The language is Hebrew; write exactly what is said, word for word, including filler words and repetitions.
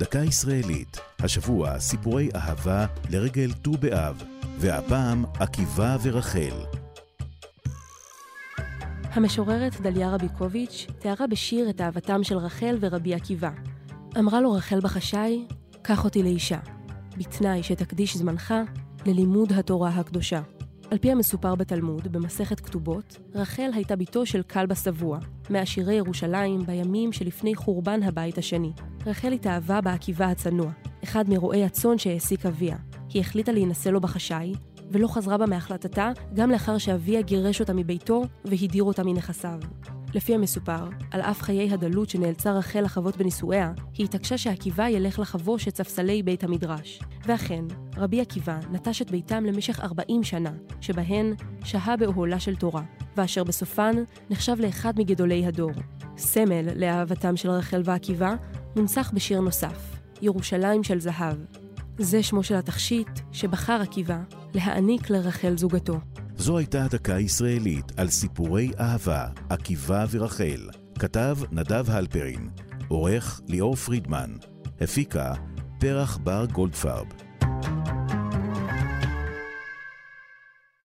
דקה ישראלית, השבוע סיפורי אהבה לרגל ט"ו באב, והפעם עקיבא ורחל. המשוררת דליה רביקוביץ' תיארה בשיר את אהבתם של רחל ורבי עקיבא. אמרה לו רחל בחשאי, קח אותי לאישה, בתנאי שתקדיש זמנך ללימוד התורה הקדושה. על פי המסופר בתלמוד, במסכת כתובות, רחל הייתה ביתו של כלבא שבוע, מעשירי ירושלים בימים שלפני חורבן הבית השני. רחל התאהבה בעקיבא הצנוע, אחד מרועי הצאן שהעסיק אביה. היא החליטה להינשא לו בחשאי, ולא חזרה בה מהחלטתה, גם לאחר שאביה גירש אותה מביתו והדיר אותה מנכסיו. לפי המסופר, על אף חיי הדלות שנאלצה רחל לחוות בנישואיה, היא התעקשה שעקיבא ילך לחבוש את ספסלי בית המדרש. ואכן, רבי עקיבא נטש את ביתם למשך ארבעים שנה, שבהן שהה באוהלה של תורה, ואשר בסופן נחשב לאחד מגדולי הדור. סמל לאהבתם של רחל ועקיבא מונצח בשיר נוסף, ירושלים של זהב. זה שמו של התכשיט שבחר עקיבא להעניק לרחל זוגתו. זו הייתה דקה ישראלית על סיפורי אהבה, עקיבא ורחל. כתב נדב הלפרין, עורך ליאור פרידמן, הפיקה פרח בר גולדפרב.